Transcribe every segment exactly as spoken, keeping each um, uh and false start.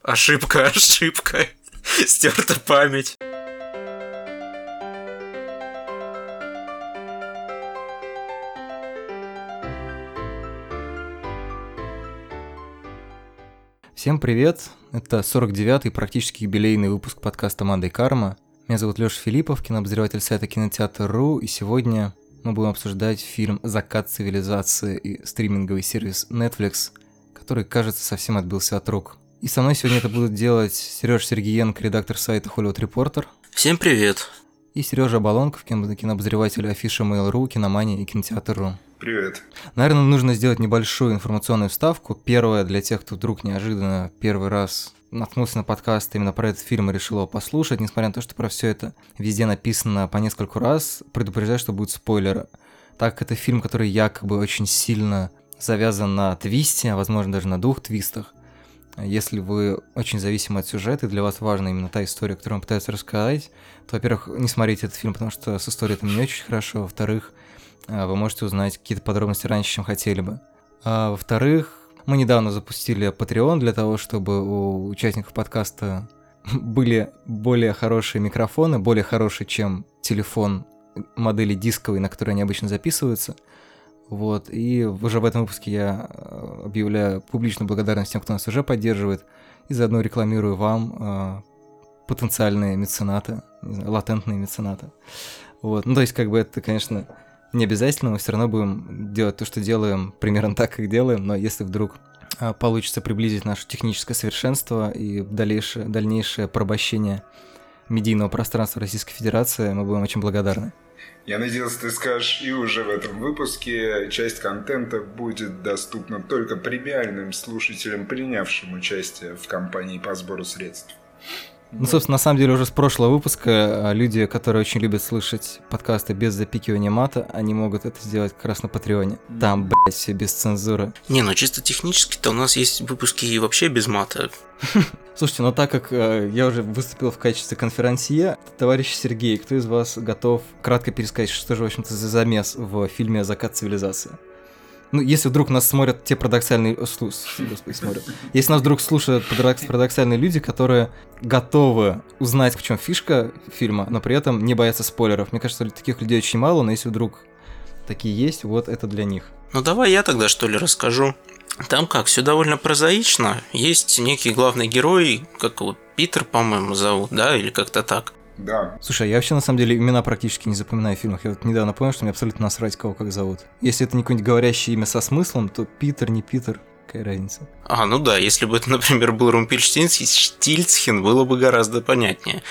Ошибка, ошибка. Стерта память. Всем привет, это сорок девятый, практически юбилейный выпуск подкаста «Мандай Карма». Меня зовут Лёша Филиппов, кинообозреватель сайта кинотеатр точка ру, и сегодня мы будем обсуждать фильм «Закат цивилизации» и стриминговый сервис Netflix, который, кажется, совсем отбился от рук. И со мной сегодня это будут делать Серёж Сергиенко, редактор сайта Hollywood Reporter. Всем привет. И Серёжа Оболонков, кинообозреватель афиши Mail.ru, Киномания и кинотеатр точка ру. Привет. Наверное, нужно сделать небольшую информационную вставку. Первое, для тех, кто вдруг неожиданно первый раз наткнулся на подкаст именно про этот фильм и решил его послушать, несмотря на то, что про все это везде написано по нескольку раз, предупреждаю, что будут спойлеры. Так как это фильм, который якобы очень сильно завязан на твисте, а возможно даже на двух твистах. Если вы очень зависимы от сюжета, и для вас важна именно та история, которую он пытается рассказать, то, во-первых, не смотрите этот фильм, потому что с историей там не очень хорошо, во-вторых, вы можете узнать какие-то подробности раньше, чем хотели бы. А во-вторых, мы недавно запустили Patreon для того, чтобы у участников подкаста были более хорошие микрофоны, более хорошие, чем телефон модели дисковой, на которой они обычно записываются. Вот, и уже в этом выпуске я объявляю публичную благодарность тем, кто нас уже поддерживает, и заодно рекламирую вам э, потенциальные меценаты, не знаю, латентные меценаты. Вот, ну то есть как бы это, конечно, не обязательно, мы все равно будем делать то, что делаем, примерно так, как делаем, но если вдруг э, получится приблизить наше техническое совершенство и дальнейшее, дальнейшее порабощение медийного пространства Российской Федерации, мы будем очень благодарны. Я надеялся, ты скажешь, и уже в этом выпуске часть контента будет доступна только премиальным слушателям, принявшим участие в кампании по сбору средств. Ну, собственно, на самом деле уже с прошлого выпуска люди, которые очень любят слышать подкасты без запикивания мата, они могут это сделать как раз на Патреоне. Там, блядь, все без цензуры. Не, ну чисто технически-то у нас есть выпуски и вообще без мата. Слушайте, ну так как э, я уже выступил в качестве конферансье, товарищ Сергей, кто из вас готов кратко пересказать, что же, в общем-то, за замес в фильме «Закат цивилизации»? Ну, если вдруг нас смотрят те парадоксальные... Господи, смотрят. Если нас вдруг слушают парадоксальные люди, которые готовы узнать, в чем фишка фильма, но при этом не боятся спойлеров. Мне кажется, таких людей очень мало, но если вдруг такие есть, вот это для них. Ну, давай я тогда, что ли, расскажу. Там как, все довольно прозаично. Есть некий главный герой, как его Питер, по-моему, зовут, да, или как-то так. Да. Слушай, я вообще на самом деле имена практически не запоминаю в фильмах. Я вот недавно понял, что мне абсолютно насрать, кого как зовут. Если это не какое-нибудь говорящее имя со смыслом, то Питер, не Питер, какая разница? А, ну да, если бы это, например, был Румпельштильцхен, было бы гораздо понятнее.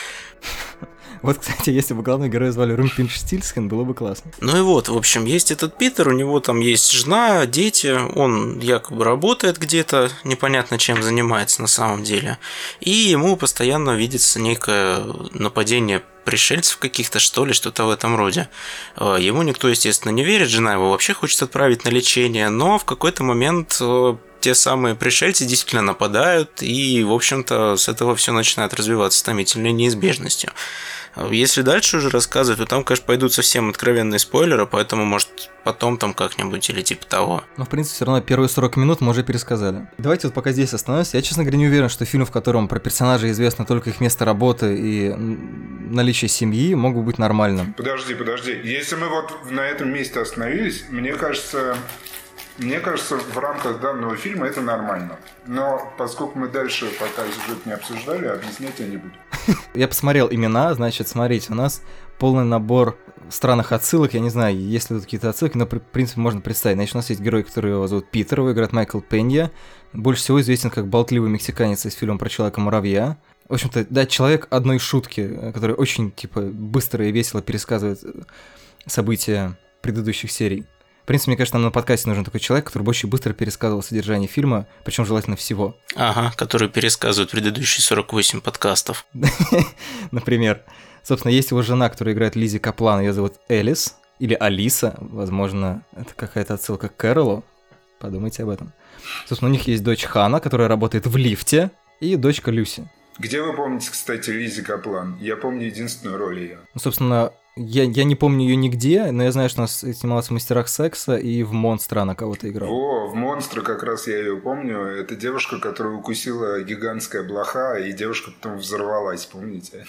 Вот, кстати, если бы главного героя звали Румпельштильцхен, было бы классно. Ну и вот, в общем, есть этот Питер, у него там есть жена, дети, он якобы работает где-то, непонятно чем занимается на самом деле, и ему постоянно видится некое нападение пришельцев каких-то, что ли, что-то в этом роде. Ему никто, естественно, не верит, жена его вообще хочет отправить на лечение, но в какой-то момент те самые пришельцы действительно нападают, и, в общем-то, с этого все начинает развиваться с томительной неизбежностью. Если дальше уже рассказывать, то там, конечно, пойдут совсем откровенные спойлеры, поэтому, может, потом там как-нибудь или типа того. Но, в принципе, все равно первые сорок минут мы уже пересказали. Давайте вот пока здесь остановимся. Я, честно говоря, не уверен, что фильм, в котором про персонажей известно только их место работы и наличие семьи, мог бы быть нормальным. Подожди, подожди. Если мы вот на этом месте остановились, мне кажется... Мне кажется, в рамках данного фильма это нормально. Но поскольку мы дальше пока сюжет не обсуждали, объяснять я не буду. Я посмотрел имена, значит, смотрите, у нас полный набор странных отсылок. Я не знаю, есть ли тут какие-то отсылки, но, в принципе, можно представить. Значит, у нас есть герой, который его зовут Питер, его играет Майкл Пенья. Больше всего известен как болтливый мексиканец из фильма про Человека-муравья. В общем-то, да, человек одной шутки, который очень, типа, быстро и весело пересказывает события предыдущих серий. В принципе, мне кажется, нам на подкасте нужен такой человек, который бы очень быстро пересказывал содержание фильма, причем желательно всего. Ага, который пересказывает предыдущие сорок восемь подкастов. Например. Собственно, есть его жена, которая играет Лиззи Каплан, ее зовут Элис, или Алиса, возможно, это какая-то отсылка к Кэролу, подумайте об этом. Собственно, у них есть дочь Хана, которая работает в лифте, и дочка Люси. Где вы помните, кстати, Лиззи Каплан? Я помню единственную роль ее. Ну, собственно, Я, я не помню ее нигде, но я знаю, что она снималась в «Мастерах секса» и в «Монстра» она кого-то играла. О, в «Монстра» как раз я ее помню. Это девушка, которую укусила гигантская блоха, и девушка потом взорвалась, помните?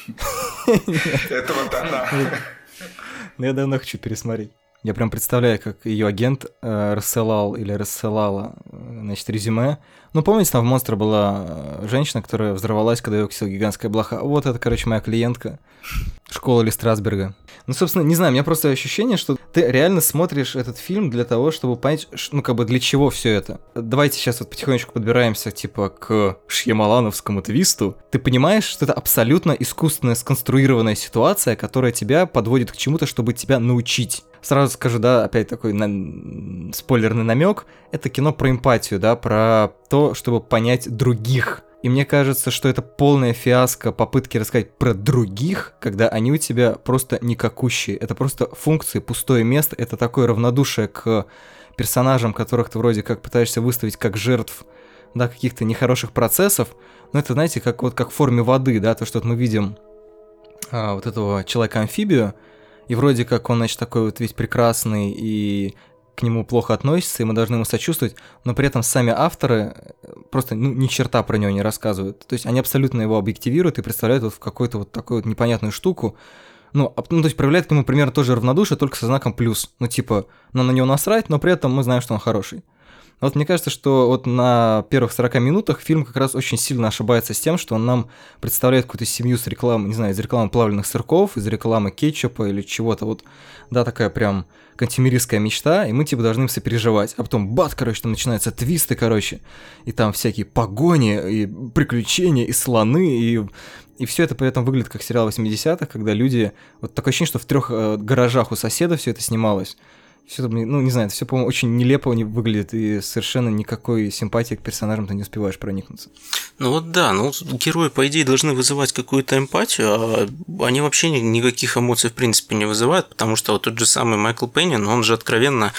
Это вот она. Ну, я давно хочу пересмотреть. Я прям представляю, как ее агент э, рассылал или рассылала, значит, резюме. Ну, помните, там в «Монстре» была женщина, которая взорвалась, когда ее укусила гигантская блоха. Вот это, короче, моя клиентка. Школа Ли Страсберга. Ну, собственно, не знаю, у меня просто ощущение, что ты реально смотришь этот фильм для того, чтобы понять, ну, как бы для чего все это. Давайте сейчас вот потихонечку подбираемся, типа, к шьямалановскому твисту. Ты понимаешь, что это абсолютно искусственно сконструированная ситуация, которая тебя подводит к чему-то, чтобы тебя научить. Сразу скажу, да, опять такой на... спойлерный намек. Это кино про эмпатию, да, про то, чтобы понять других. И мне кажется, что это полная фиаско попытки рассказать про других, когда они у тебя просто никакущие. Это просто функции, пустое место. Это такое равнодушие к персонажам, которых ты вроде как пытаешься выставить как жертв, да, каких-то нехороших процессов. Но это, знаете, как вот как в форме воды, да, то, что вот мы видим а, вот этого человека-амфибию, и вроде как он, значит, такой вот весь прекрасный, и к нему плохо относятся, и мы должны ему сочувствовать, но при этом сами авторы просто ну, ни черта про него не рассказывают. То есть они абсолютно его объективируют и представляют вот в какую-то вот такую вот непонятную штуку. Ну, ну, то есть проявляют к нему примерно тоже равнодушие, только со знаком плюс. Ну, типа, нам на него насрать, но при этом мы знаем, что он хороший. Вот мне кажется, что вот на первых сорока минутах фильм как раз очень сильно ошибается с тем, что он нам представляет какую-то семью с рекламой, не знаю, из рекламы плавленных сырков, из рекламы кетчупа или чего-то вот, да, такая прям консюмеристская мечта, и мы типа должны им сопереживать. А потом бат, короче, там начинаются твисты, короче, и там всякие погони, и приключения, и слоны, и... И все это при этом выглядит как сериал восьмидесятых, когда люди... Вот такое ощущение, что в трех э, гаражах у соседа все это снималось. Все, ну, не знаю, это все, по-моему, очень нелепо не выглядит, и совершенно никакой симпатии к персонажам ты не успеваешь проникнуться. Ну вот да, ну герои, по идее, должны вызывать какую-то эмпатию, а они вообще никаких эмоций, в принципе, не вызывают, потому что вот тот же самый Майкл Пеннин, он же откровенно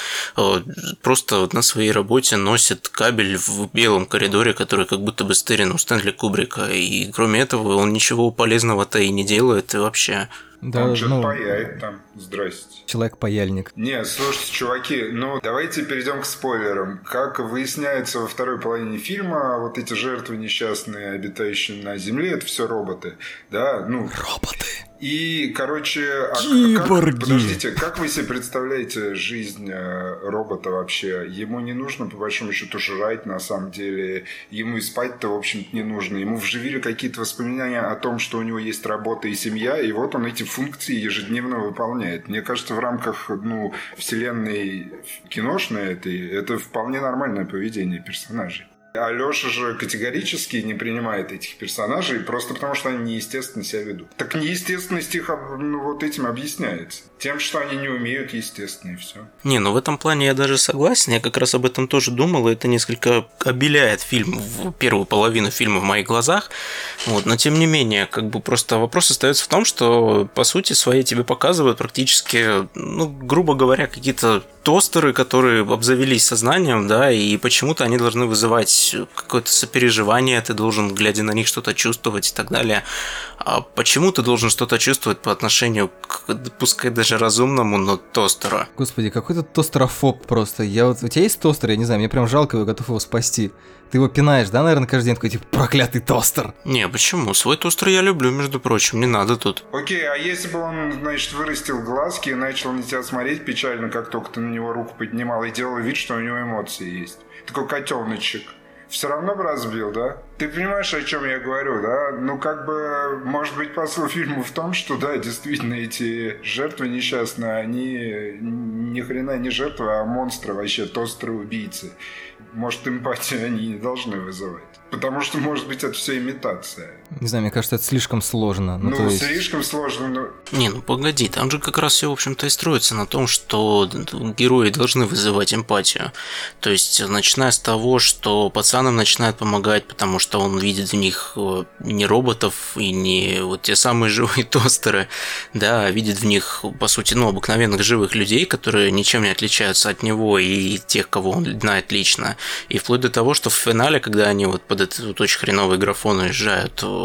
просто на своей работе носит кабель в белом коридоре, который как будто бы стырен у Стэнли Кубрика, и кроме этого он ничего полезного-то и не делает, и вообще... Да, он что-то ну, паяет там. Здрасте. Человек-паяльник. Не, слушайте, чуваки, ну давайте перейдем к спойлерам. Как выясняется во второй половине фильма, вот эти жертвы несчастные, обитающие на Земле, это все роботы. Да, ну... Роботы. И, короче, а Киборги. Как, подождите, как вы себе представляете жизнь робота вообще? Ему не нужно, по большому счету, жрать, на самом деле. Ему и спать-то, в общем-то, не нужно. Ему вживили какие-то воспоминания о том, что у него есть работа и семья, и вот он эти функции ежедневно выполняет. Мне кажется, в рамках ну, вселенной киношной этой, это вполне нормальное поведение персонажей. Алёша же категорически не принимает этих персонажей просто потому, что они неестественно себя ведут. Так неестественность их ну, вот этим объясняется. Тем, что они не умеют, естественно, и все. Не, ну в этом плане я даже согласен. Я как раз об этом тоже думал, и это несколько обеляет фильм, в первую половину фильма в моих глазах. Вот, но тем не менее, как бы просто вопрос остается в том, что по сути своей тебе показывают практически, ну, грубо говоря, какие-то тостеры, которые обзавелись сознанием, да, и почему-то они должны вызывать какое-то сопереживание, ты должен, глядя на них, что-то чувствовать и так далее. А почему ты должен что-то чувствовать по отношению к, пускай даже разумному, но тостеру? Господи, какой-то тостерофоб просто. Я вот, у тебя есть тостер, я не знаю, мне прям жалко его, готов его спасти. Ты его пинаешь, да, наверное, каждый день такой, типа, проклятый тостер? Не, почему? Свой тостер я люблю, между прочим, не надо тут. Окей, а если бы он, значит, вырастил глазки и начал на тебя смотреть печально, как только ты на него руку поднимал, и делал вид, что у него эмоции есть. Такой котеночек. Все равно бы разбил, да? Ты понимаешь, о чем я говорю, да? Ну, как бы, может быть, посыл фильма в том, что, да, действительно, эти жертвы несчастные, они ни хрена не жертвы, а монстры вообще, тостеры-убийцы. Может, эмпатию они не должны вызывать. Потому что, может быть, это все имитация. Не знаю, мне кажется, это слишком сложно. Ну, ну то есть... слишком сложно, но... Не, ну погоди, там же как раз все, в общем-то, и строится на том, что герои должны вызывать эмпатию. То есть, начиная с того, что пацанам начинает помогать, потому что он видит в них не роботов и не вот те самые живые тостеры, да, а видит в них, по сути, ну, обыкновенных живых людей, которые ничем не отличаются от него и тех, кого он знает лично. И вплоть до того, что в финале, когда они вот под этот вот очень хреновый графон уезжают в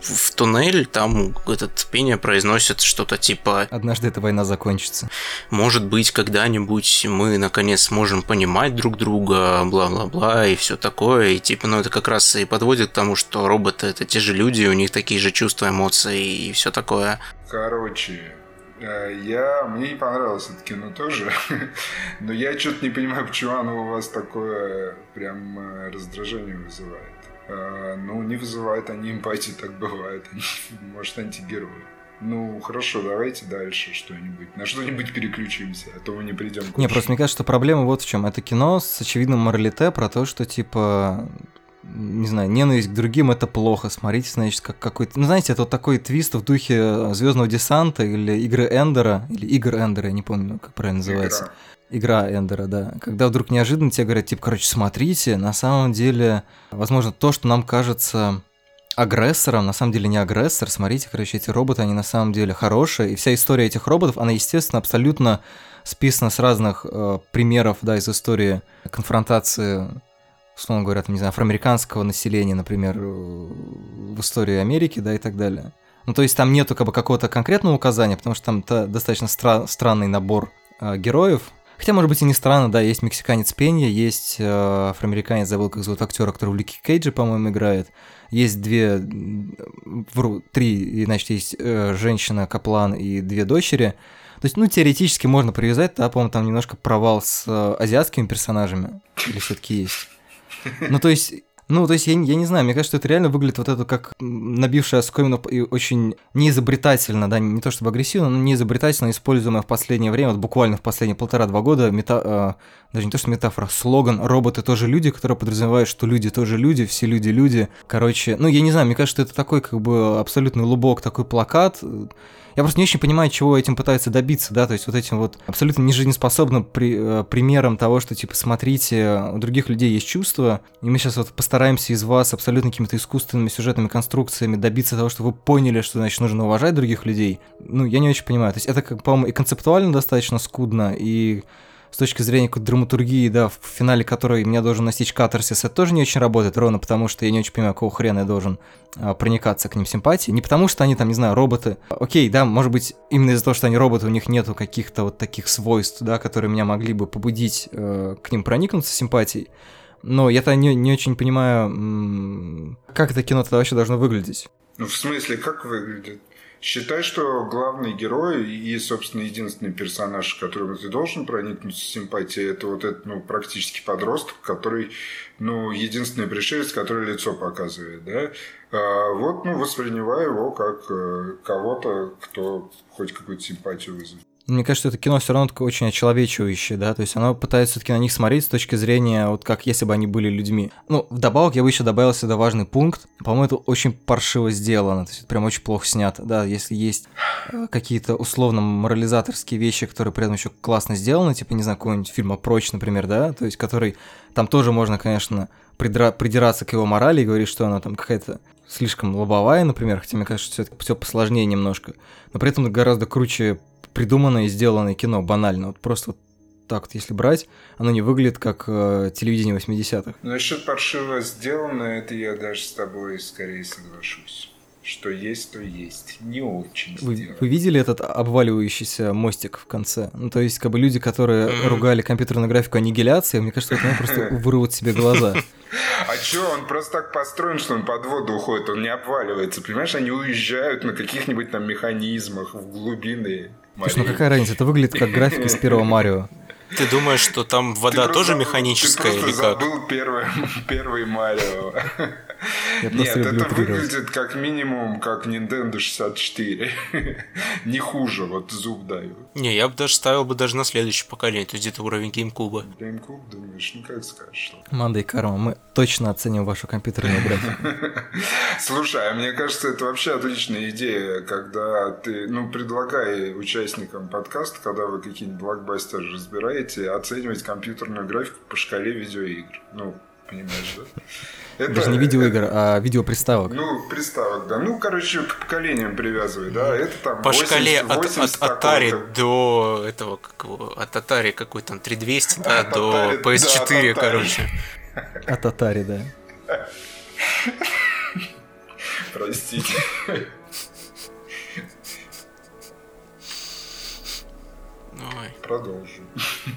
в туннель, там этот Пеня произносит что-то типа «Однажды эта война закончится». Может быть, когда-нибудь мы наконец сможем понимать друг друга, бла-бла-бла, и все такое. И типа, ну это как раз и подводит к тому, что роботы это те же люди, у них такие же чувства, эмоции и все такое. Короче, я... мне не понравилось это кино тоже, но я что-то не понимаю, почему оно у вас такое прям раздражение вызывает. Ну, не вызывают они эмпатии, так бывает. Они, может, антигерои. Ну, хорошо, давайте дальше что-нибудь. На что-нибудь переключимся, а то мы не придем к... Не, просто мне кажется, что проблема вот в чем. Это кино с очевидным моралите про то, что, типа... Не знаю, ненависть к другим — это плохо. Смотрите, значит, как какой-то... Ну, знаете, это вот такой твист в духе Звездного десанта или игры Эндера, или игр Эндера, я не помню, как правильно называется. Игра. Игра Эндера, да. Когда вдруг неожиданно тебе говорят, типа, короче, смотрите, на самом деле, возможно, то, что нам кажется агрессором, на самом деле не агрессор. Смотрите, короче, эти роботы, они на самом деле хорошие. И вся история этих роботов, она, естественно, абсолютно списана с разных э, примеров, да, из истории конфронтации, условно говоря, там, не знаю, афроамериканского населения, например, в истории Америки, да, и так далее. Ну, то есть там нету как бы какого-то конкретного указания, потому что там достаточно стра- странный набор э, героев. Хотя, может быть, и не странно, да, есть мексиканец Пенья, есть э, афроамериканец, забыл, как зовут актера, который в Люке Кейджи, по-моему, играет. Есть две, вру, три, значит, есть э, женщина, Каплан и две дочери. То есть, ну, теоретически можно привязать, да, по-моему, там немножко провал с э, азиатскими персонажами, или все-таки есть. Ну, то есть... Ну, то есть, я, я не знаю, мне кажется, что это реально выглядит вот это как набившая оскомину и очень неизобретательно, да, не то чтобы агрессивно, но неизобретательно используемая в последнее время, вот буквально в последние полтора-два года, мета, э, даже не то что метафора, слоган «роботы тоже люди», который подразумевает, что люди тоже люди, все люди люди. Короче, ну, я не знаю, мне кажется, что это такой как бы абсолютный лубок, такой плакат. Я просто не очень понимаю, чего этим пытаются добиться, да, то есть вот этим вот абсолютно нежизнеспособным при, э, примером того, что, типа, смотрите, у других людей есть чувства, и мы сейчас вот постараемся из вас абсолютно какими-то искусственными сюжетными конструкциями добиться того, что вы поняли, что, значит, нужно уважать других людей. Ну, я не очень понимаю, то есть это, как, по-моему, и концептуально достаточно скудно, и с точки зрения какой-то драматургии, да, в финале которой меня должен настичь катарсис, это тоже не очень работает, ровно потому, что я не очень понимаю, какого хрена я должен а, проникаться к ним симпатией. Не потому, что они там, не знаю, роботы. Окей, да, может быть, именно из-за того, что они роботы, у них нету каких-то вот таких свойств, да, которые меня могли бы побудить э, к ним проникнуться симпатией. Но я-то не, не очень понимаю, м- как это кино тогда вообще должно выглядеть. Ну, в смысле, как выглядит? Считай, что главный герой и, собственно, единственный персонаж, которому ты должен проникнуться симпатией, это вот этот, ну, практически подросток, который, ну, единственный пришелец, который лицо показывает, да. А вот, ну, воспринимаю его как э, кого-то, кто хоть какую-то симпатию вызовет. Мне кажется, это кино все равно такое очень очеловечивающее, да, то есть оно пытается все-таки на них смотреть с точки зрения, вот как если бы они были людьми. Ну, вдобавок я бы еще добавил сюда важный пункт, по-моему, это очень паршиво сделано, то есть это прям очень плохо снято, да, если есть какие-то условно морализаторские вещи, которые при этом еще классно сделаны, типа, не знаю, какой-нибудь фильм «Опроч», например, да, то есть который, там тоже можно, конечно, придра- придираться к его морали и говорить, что она там какая-то слишком лобовая, например, хотя мне кажется, что все посложнее немножко, но при этом гораздо круче придуманное и сделанное кино, банально. Вот просто вот так вот, если брать, оно не выглядит как э, телевидение восьмидесятых. Насчет паршиво сделано, это я даже с тобой скорее соглашусь. Что есть, то есть. Не очень вы, сделано. Вы видели этот обваливающийся мостик в конце? Ну, то есть, как бы люди, которые ругали компьютерную графику аннигиляции, мне кажется, это просто вырвут себе глаза. А чё, он просто так построен, что он под воду уходит, он не обваливается, понимаешь? Они уезжают на каких-нибудь там механизмах в глубины. Слушай, ну какая разница, это выглядит как графика из первого Марио. Ты думаешь, что там вода ты тоже просто, механическая ты или как? Ты просто забыл первый, первый Марио. Нет, это выглядит как минимум как Nintendo шестьдесят четыре. Не хуже, вот зуб даю. Не, я бы даже ставил бы даже на следующее поколение, то есть где-то уровень GameCube. GameCube, думаешь, ну как скажешь. Манда и Карма, мы точно оценим вашу компьютерную графику. Слушай, а мне кажется, это вообще отличная идея, когда ты, ну, предлагай участникам подкаста, когда вы какие-нибудь блокбастеры разбираете, оценивать компьютерную графику по шкале видеоигр. Ну, понимаешь, да? Это, даже не видеоигр, а видеоприставок. Ну, приставок, да. Ну, короче, к поколениям привязывай, да. Это там по восемьдесят, шкале от, восемьдесят от Atari такого-то. до этого, как его, от Atari какой там три двести, да, От до Atari, пи эс четыре, да, от Atari. короче. От Atari, да. простите. Ой. Продолжим.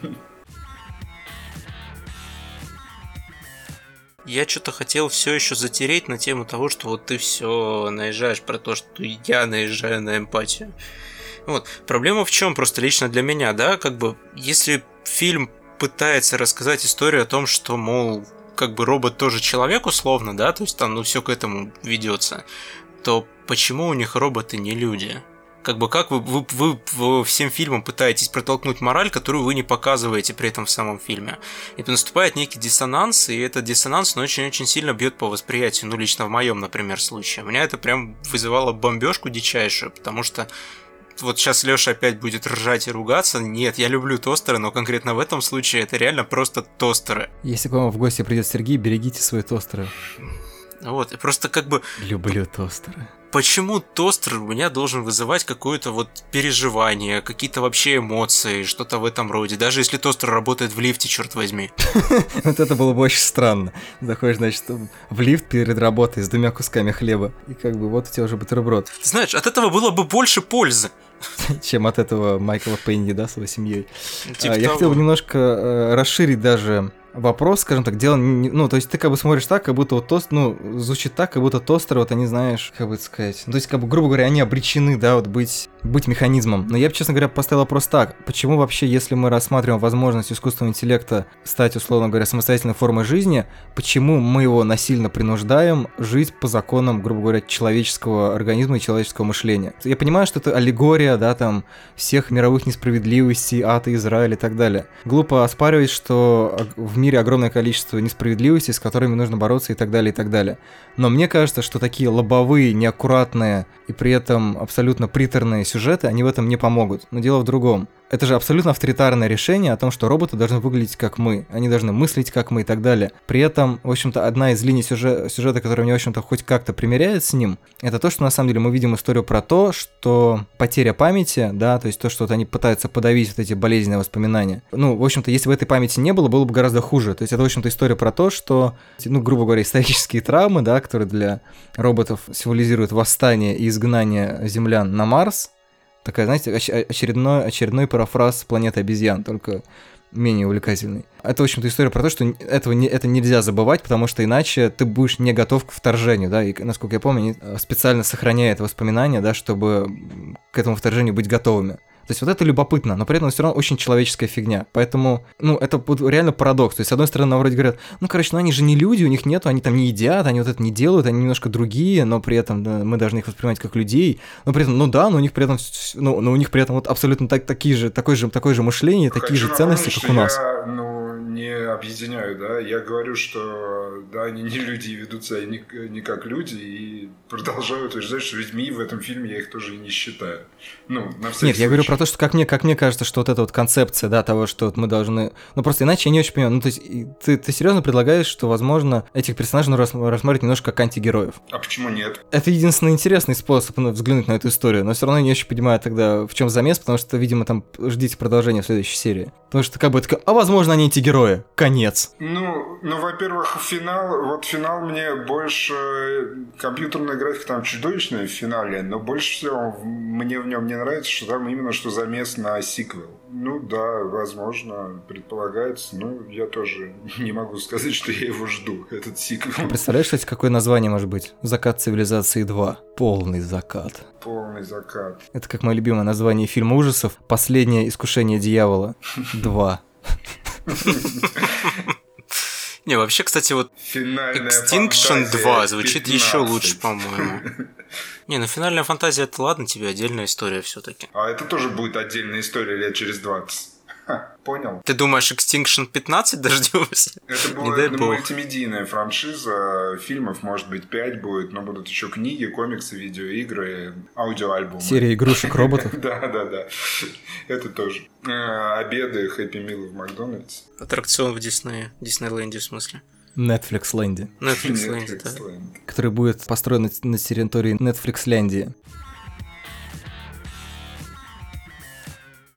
Я что-то хотел все еще затереть на тему того, что вот ты все наезжаешь про то, что я наезжаю на эмпатию. Вот. Проблема в чем? Просто лично для меня, да, как бы, если фильм пытается рассказать историю о том, что, мол, как бы робот тоже человек условно, да, то есть там, ну, все к этому ведется, то почему у них роботы не люди? Как бы как вы, вы, вы, вы всем фильмам пытаетесь протолкнуть мораль, которую вы не показываете при этом в самом фильме. И наступает некий диссонанс, и этот диссонанс ну, очень-очень сильно бьет по восприятию, ну лично в моем, например, случае. У меня это прям вызывало бомбежку дичайшую, потому что вот сейчас Лёша опять будет ржать и ругаться. Нет, я люблю тостеры, но конкретно в этом случае это реально просто тостеры. Если к вам в гости придет Сергей, берегите свои тостеры. Вот, и просто как бы... Люблю тостеры. Почему тостер у меня должен вызывать какое-то вот переживание, какие-то вообще эмоции, что-то в этом роде, даже если тостер работает в лифте, черт возьми. Вот это было бы очень странно. Заходишь, значит, в лифт перед работой с двумя кусками хлеба, и как бы вот у тебя уже бутерброд. Ты знаешь, от этого было бы больше пользы. Чем от этого Майкла Пенни, да, с его семьей. Типа Я того. хотел бы немножко э, расширить даже вопрос, скажем так, дело, не, ну, то есть ты как бы смотришь так, как будто вот тост, ну, звучит так, как будто тостеры, вот они, знаешь, как бы сказать, ну, то есть, как бы, грубо говоря, они обречены, да, вот быть, быть механизмом. Но я бы, честно говоря, поставил вопрос так, почему вообще, если мы рассматриваем возможность искусственного интеллекта стать, условно говоря, самостоятельной формой жизни, почему мы его насильно принуждаем жить по законам, грубо говоря, человеческого организма и человеческого мышления? Я понимаю, что это аллегория, да, там, всех мировых несправедливостей, ада, Израиля и так далее. Глупо оспаривать, что в мире огромное количество несправедливостей, с которыми нужно бороться и так далее, и так далее. Но мне кажется, что такие лобовые, неаккуратные и при этом абсолютно приторные сюжеты, они в этом не помогут. Но дело в другом. Это же абсолютно авторитарное решение о том, что роботы должны выглядеть как мы, они должны мыслить как мы и так далее. При этом, в общем-то, одна из линий сюжета, сюжета, которая мне, в общем-то, хоть как-то примеряет с ним, это то, что на самом деле мы видим историю про то, что потеря памяти, да, то есть то, что вот они пытаются подавить вот эти болезненные воспоминания. Ну, в общем-то, если бы этой памяти не было, было бы гораздо хуже. То есть это, в общем-то, история про то, что, ну, грубо говоря, исторические травмы, да, которые для роботов символизируют восстание и изгнание землян на Марс. Такая, знаете, очередной, очередной парафраз «Планеты обезьян», только менее увлекательный. Это, в общем-то, история про то, что этого не, это нельзя забывать, потому что иначе ты будешь не готов к вторжению, да, и, насколько я помню, они специально сохраняют воспоминания, да, чтобы к этому вторжению быть готовыми. То есть вот это любопытно, но при этом все равно очень человеческая фигня. Поэтому, ну, это реально парадокс. То есть, с одной стороны, нам вроде говорят, ну, короче, ну, они же не люди, у них нету, они там не едят, они вот это не делают, они немножко другие, но при этом да, мы должны их воспринимать как людей. Но при этом, ну да, но у них при этом, ну, но у них при этом вот абсолютно так, такие же, такое же, такое же мышление, Хочу такие же ценности, как у нас. Я, ну, не объединяю, да, я говорю, что, да, они не люди и ведут себя не, не как люди, и продолжаю утверждать, что людьми в этом фильме я их тоже и не считаю. Ну, на всякий Нет, я говорю случай. про то, что как мне, как мне кажется, что вот эта вот концепция, да, того, что вот мы должны... Ну, просто иначе я не очень понимаю. Ну, то есть, ты, ты серьезно предлагаешь, что, возможно, этих персонажей нужно рас- рассматривать немножко как антигероев? А почему нет? Это единственный интересный способ ну, взглянуть на эту историю, но все равно я не очень понимаю тогда, в чем замес, потому что, видимо, там ждите продолжения в следующей серии. Потому что как бы такое, а возможно, они антигерои. Конец. Ну, ну, во-первых, финал, вот финал мне больше... Компьютерная графика там чудовищная в финале, но больше всего мне в нем не нравится, что там именно что замес на сиквел. Ну да, возможно, предполагается, но я тоже не могу сказать, что я его жду, этот сиквел. Представляешь, кстати, какое название может быть? «Закат цивилизации два». Полный закат. Полный закат. Это как мое любимое название фильма ужасов «Последнее искушение дьявола два». Не, вообще, кстати, вот Финальная Extinction фантазия два звучит пятнадцать. еще лучше, по-моему. Не, ну финальная фантазия это ладно тебе, отдельная история все-таки. А это тоже будет отдельная история лет через двадцать. Ха, понял? Ты думаешь, Extinction пятнадцать дождемся? Это Не дай будет бог. мультимедийная франшиза. Фильмов, может быть, пять будет, но будут еще книги, комиксы, видеоигры, аудиоальбомы. Серия игрушек-роботов. Да, да, да. Это тоже. Э, Обеды, хэппи-милы в Макдональдс. Аттракцион в Диснее, Диснейленде в смысле. Netflix-ленде, Netflix Land, да. Netflix-ленд. который будет построен на, на территории Netflix-ляндии.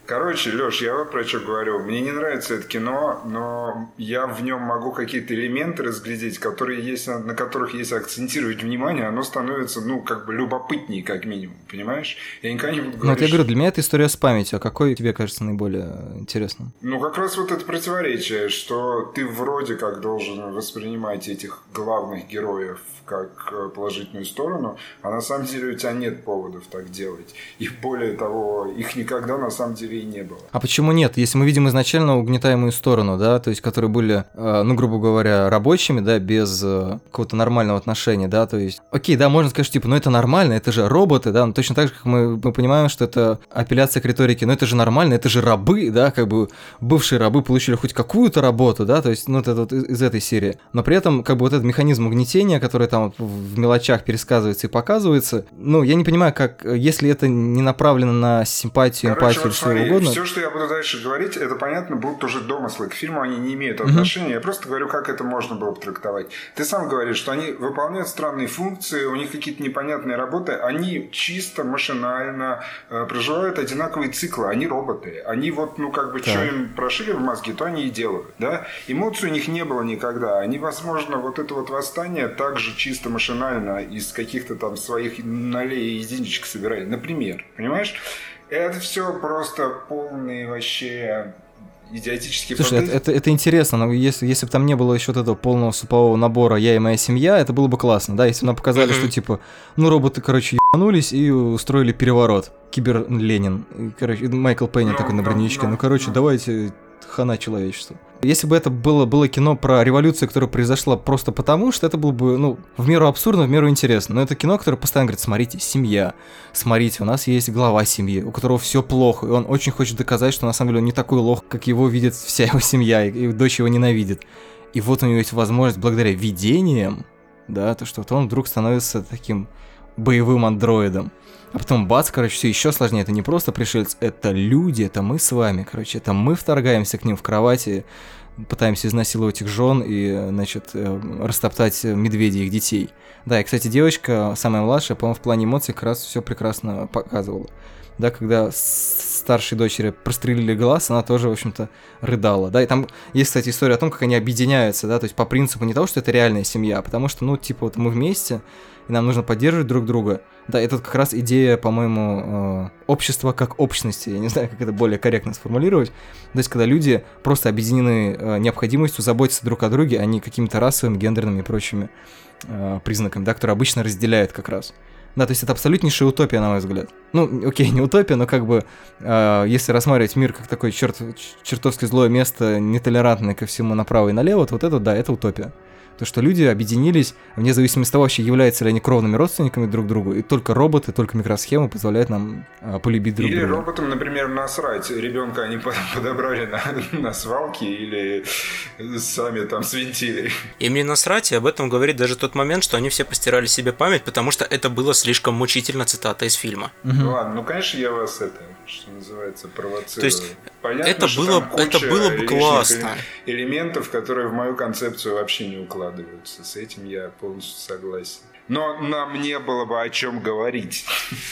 Короче, Лёш, я вот про что говорю. Мне не нравится это кино, но я в нем могу какие-то элементы разглядеть, которые есть, на которых если акцентировать внимание, оно становится, ну, как бы любопытнее, как минимум, понимаешь? Я никогда не буду говорить... Ну, вот я говорю, для меня это история с памятью. А какой тебе кажется наиболее интересным? Ну, как раз вот это противоречие, что ты вроде как должен воспринимать этих главных героев как положительную сторону, а на самом деле у тебя нет поводов так делать. И более того, их никогда на самом деле и не было. А почему нет? Если мы видим изначально угнетаемую сторону, да, то есть которые были, э, ну, грубо говоря, рабочими, да, без э, какого-то нормального отношения, да, то есть, окей, да, можно сказать, что, типа, ну это нормально, это же роботы, да, но точно так же, как мы, мы понимаем, что это апелляция к риторике, ну это же нормально, это же рабы, да, как бы бывшие рабы получили хоть какую-то работу, да, то есть, ну это вот из, из этой серии. Но при этом, как бы вот этот механизм угнетения, который там вот в мелочах пересказывается и показывается, ну, я не понимаю, как, если это не направлено на симпатию, Короче, эмпатию вот или что смотри, угодно. Все, что я буду дальше говорить, это понятно, будут уже домыслы. К фильму они не имеют отношения. Mm-hmm. Я просто говорю, как это можно было бы трактовать. Ты сам говоришь, что они выполняют странные функции, у них какие-то непонятные работы, они чисто машинально э, проживают одинаковые циклы. Они роботы. Они вот, ну, как бы, так. что им прошили в мозги, то они и делают. Да? Эмоций у них не было никогда. Они, возможно, вот это вот восстание также чисто машинально из каких-то там своих нулей и единичек собирали. Например, понимаешь? Это все просто полный вообще идиотический Слушай, это, это, это интересно, но если, если бы там не было еще вот этого полного супового набора «Я и моя семья», это было бы классно, да? Если бы нам показали, что типа, ну, роботы, короче, ебанулись и устроили переворот. Кибер-Ленин. Короче, Майкл Пенни такой на броневичке. Ну, короче, давайте хана человечеству. Если бы это было, было кино про революцию, которая произошла просто потому, что это было бы, ну, в меру абсурдно, в меру интересно. Но это кино, которое постоянно говорит: смотрите, семья, смотрите, у нас есть глава семьи, у которого все плохо, и он очень хочет доказать, что на самом деле он не такой лох, как его видит вся его семья, и, и дочь его ненавидит. И вот у него есть возможность, благодаря видениям, да, то, что вот он вдруг становится таким боевым андроидом. А потом бац, короче, все еще сложнее. Это не просто пришельцы, это люди, это мы с вами, короче. Это мы вторгаемся к ним в кровати, пытаемся изнасиловать их жен и, значит, растоптать медведей их детей. Да, и, кстати, девочка, самая младшая, по-моему, в плане эмоций как раз все прекрасно показывала. Да, когда старшей дочери прострелили глаз, она тоже, в общем-то, рыдала. Да, и там есть, кстати, история о том, как они объединяются, да, то есть по принципу не того, что это реальная семья, а потому что, ну, типа, вот мы вместе, и нам нужно поддерживать друг друга. Да, это как раз идея, по-моему, общества как общности. Я не знаю, как это более корректно сформулировать. То есть, когда люди просто объединены необходимостью заботиться друг о друге, а не какими-то расовыми, гендерными и прочими признаками, да, которые обычно разделяют как раз. Да, то есть это абсолютнейшая утопия, на мой взгляд. Ну, окей, не утопия, но как бы, э, если рассматривать мир как такое черт, чертовски злое место, нетолерантное ко всему направо и налево, то вот это, да, это утопия. То, что люди объединились, вне зависимости от того, вообще являются ли они кровными родственниками друг другу, и только роботы, только микросхемы позволяют нам э, полюбить друг или друга. Или роботам, например, насрать. Ребенка они подобрали на, на свалке или сами там свинтили. Им не насрать, и об этом говорит даже тот момент, что они все постирали себе память, потому что это было слишком мучительно, цитата из фильма. Угу. Ну ладно, ну конечно я вас это, что называется, провоцирую. То есть понятно, это что было, там куча это было бы классно. Элементов, которые в мою концепцию вообще не укладываются. С этим я полностью согласен. Но нам не было бы о чем говорить.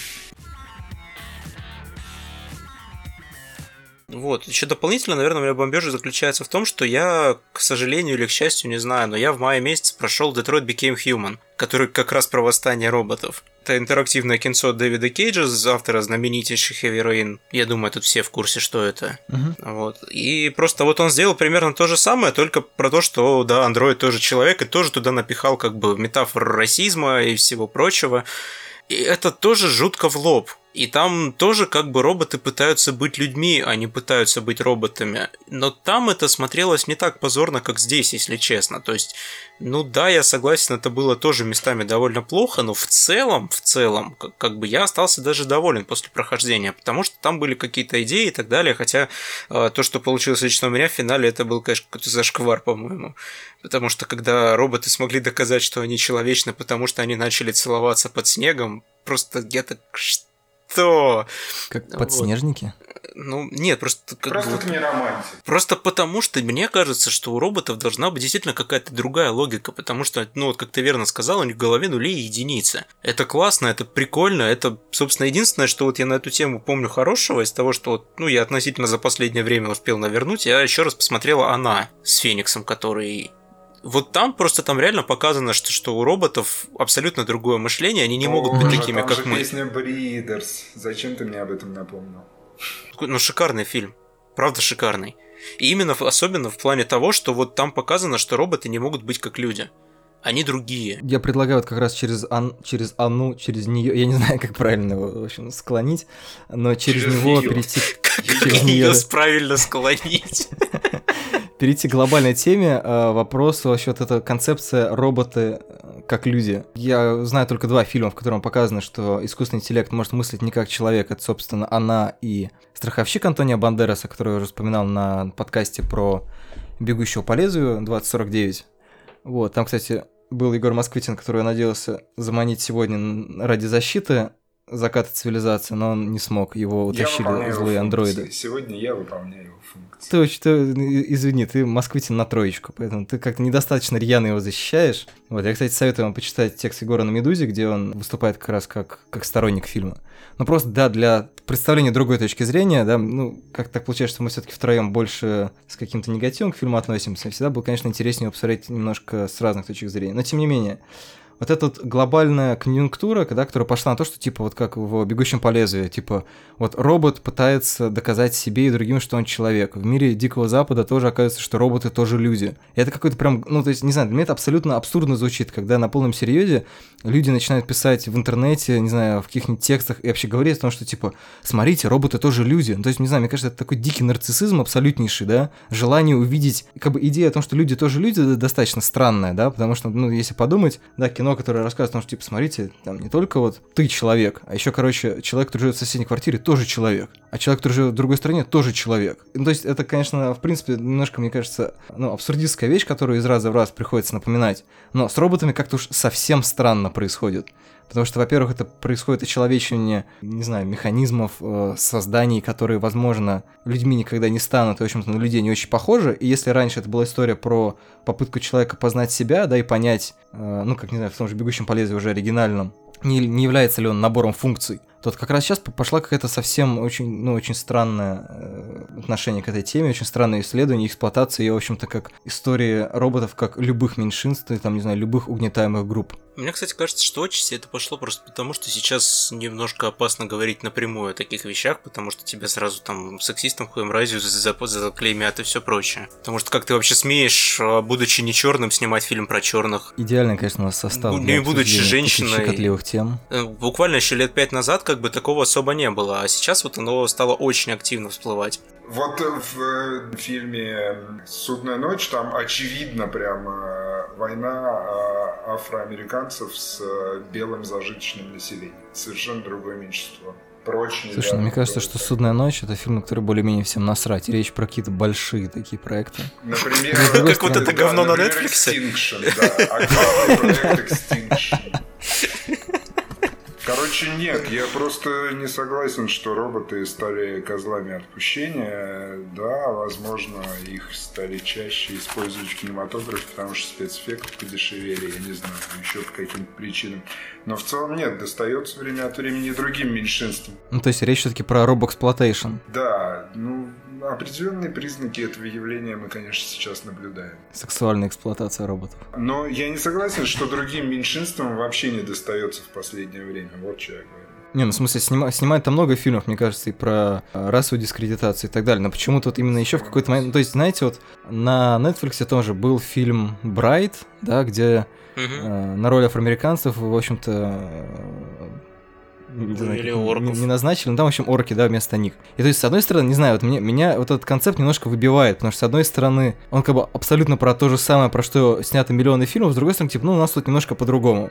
Вот, еще дополнительно, наверное, у меня бомбежа заключается в том, что я, к сожалению или к счастью, не знаю, но я в мае месяце прошел Detroit Became Human, который как раз про восстание роботов. Это интерактивное кинцо Дэвида Кейджа, автора знаменитейшей Heavy Rain. Я думаю, тут все в курсе, что это. Uh-huh. Вот. И просто вот он сделал примерно то же самое, только про то, что, да, андроид тоже человек, и тоже туда напихал как бы метафор расизма и всего прочего. И это тоже жутко в лоб. И там тоже как бы роботы пытаются быть людьми, а не пытаются быть роботами. Но там это смотрелось не так позорно, как здесь, если честно. То есть, ну да, я согласен, это было тоже местами довольно плохо, но в целом, в целом, как, как бы я остался даже доволен после прохождения, потому что там были какие-то идеи и так далее, хотя э, то, что получилось лично у меня в финале, это был, конечно, какой-то зашквар, по-моему. Потому что когда роботы смогли доказать, что они человечны, потому что они начали целоваться под снегом, просто я так... то. Как подснежники? Ну, нет, просто... Как просто бы, это не романтика. Просто потому, что мне кажется, что у роботов должна быть действительно какая-то другая логика, потому что, ну, вот как ты верно сказал, у них в голове нули и единицы. Это классно, это прикольно, это, собственно, единственное, что вот я на эту тему помню хорошего, из того, что, вот, ну, я относительно за последнее время успел навернуть, я еще раз посмотрела «Она» с Фениксом, который... Вот там просто там реально показано, что, что у роботов абсолютно другое мышление, они не О, могут быть такими, там как же мы. Песня Breeders. Зачем ты мне об этом напомнил? Ну, шикарный фильм. Правда, шикарный. И именно в, особенно в плане того, что вот там показано, что роботы не могут быть как люди. Они другие. Я предлагаю вот как раз через, ан, через Анну, через нее, я не знаю, как правильно его, в общем, склонить, но через, через него неё. перейти... Как ее правильно склонить? Перейти к глобальной теме, вопросу вообще вот эта концепция роботы как люди. Я знаю только два фильма, в котором показано, что искусственный интеллект может мыслить не как человек. Это, собственно, «Она» и «Страховщик» Антонио Бандераса, который я уже вспоминал на подкасте про «Бегущего по лезвию» двадцать сорок девять. Вот, там, кстати, был Егор Москвитин, который я надеялся заманить сегодня ради защиты заката цивилизации, но он не смог, его утащили злые андроиды. Сегодня я выполняю его функции. Ты, ты, извини, ты москвитин на троечку, поэтому ты как-то недостаточно рьяно его защищаешь. Вот, я, кстати, советую вам почитать текст Егора на «Медузе», где он выступает как раз как, как сторонник фильма. Ну, просто, да, для представления другой точки зрения, да, ну, как так получается, что мы все-таки втроем больше с каким-то негативом к фильму относимся, всегда было, конечно, интереснее его посмотреть немножко с разных точек зрения. Но, тем не менее, вот эта вот глобальная конъюнктура, да, которая пошла на то, что, типа, вот как в «Бегущем по лезвию», типа, вот робот пытается доказать себе и другим, что он человек. В мире Дикого Запада тоже оказывается, что роботы тоже люди. И это какой-то прям, ну, то есть, не знаю, для меня это абсолютно абсурдно звучит, когда на полном серьезе люди начинают писать в интернете, не знаю, в каких-нибудь текстах и вообще говорить о том, что, типа, смотрите, роботы тоже люди. Ну, то есть, не знаю, мне кажется, это такой дикий нарциссизм абсолютнейший, да, желание увидеть, как бы идея о том, что люди тоже люди, достаточно странная, да, потому что, ну, если подумать, да, кино, которое рассказывает о том, что, типа, смотрите, там не только вот ты человек, а еще, короче, человек, который живет в соседней квартире, тоже человек, а человек, который живет в другой стране, тоже человек. Ну, то есть это, конечно, в принципе, немножко, мне кажется, ну, абсурдистская вещь, которую из раза в раз приходится напоминать, но с роботами как-то уж совсем странно происходит. Потому что, во-первых, это происходит очеловечивание, не знаю, механизмов, э, созданий, которые, возможно, людьми никогда не станут, и, в общем-то, на людей не очень похожи. И если раньше это была история про попытку человека познать себя, да, и понять, э, ну, как, не знаю, в том же «Бегущем по лезвию» уже оригинальном, не, не является ли он набором функций, то как раз сейчас пошла какая-то совсем очень, ну, очень странное э, отношение к этой теме, очень странное исследование, эксплуатация ее, в общем-то, как история роботов, как любых меньшинств, там, не знаю, любых угнетаемых групп. Мне, кстати, кажется, что отчасти это пошло просто потому, что сейчас немножко опасно говорить напрямую о таких вещах, потому что тебя сразу там сексистом, хуем разью заклеймят и все прочее. Потому что как ты вообще смеешь, будучи не черным, снимать фильм про черных? Идеальный, конечно, у нас состав. Не будучи женщиной. Щекотливых тем. Буквально еще лет пять назад как бы такого особо не было, а сейчас вот оно стало очень активно всплывать. Вот в фильме «Судная ночь» там очевидно прям война афроамериканцев с белым зажиточным населением. Совершенно другое меньшинство. Прочь, Слушай, ну, мне кажется, что «Судная ночь» — это фильм, на который более-менее всем насрать. Речь про какие-то большие такие проекты. Например, как вот это говно на Netflix? Extinction, да. А главный проект Extinction. Короче, нет, я просто не согласен, что роботы стали козлами отпущения. Да, возможно, их стали чаще использовать в кинематографе, потому что спецэффекты подешевели, я не знаю, еще по каким-то причинам. Но в целом нет, достается время от времени другим меньшинствам. Ну, то есть речь все-таки про робоксплуатейшн. Да, ну, определенные признаки этого явления мы, конечно, сейчас наблюдаем. Сексуальная эксплуатация роботов. Но я не согласен, что другим меньшинствам вообще не достается в последнее время. Вот что я говорю. Не, ну в смысле, снима, снимают там много фильмов, мне кажется, и про расовую дискредитацию и так далее, но почему-то вот именно еще в какой-то момент... Ну, то есть, знаете, вот на Netflix тоже был фильм «Брайт», да, где uh-huh. э, на роль афроамериканцев, в общем-то... Э, Не, знаю, не, не назначили, но там, в общем, орки, да, вместо них. И то есть, с одной стороны, не знаю, вот мне, меня вот этот концепт немножко выбивает, потому что, с одной стороны, он как бы абсолютно про то же самое, про что снято миллионы фильмов, с другой стороны, типа, ну, у нас тут немножко по-другому.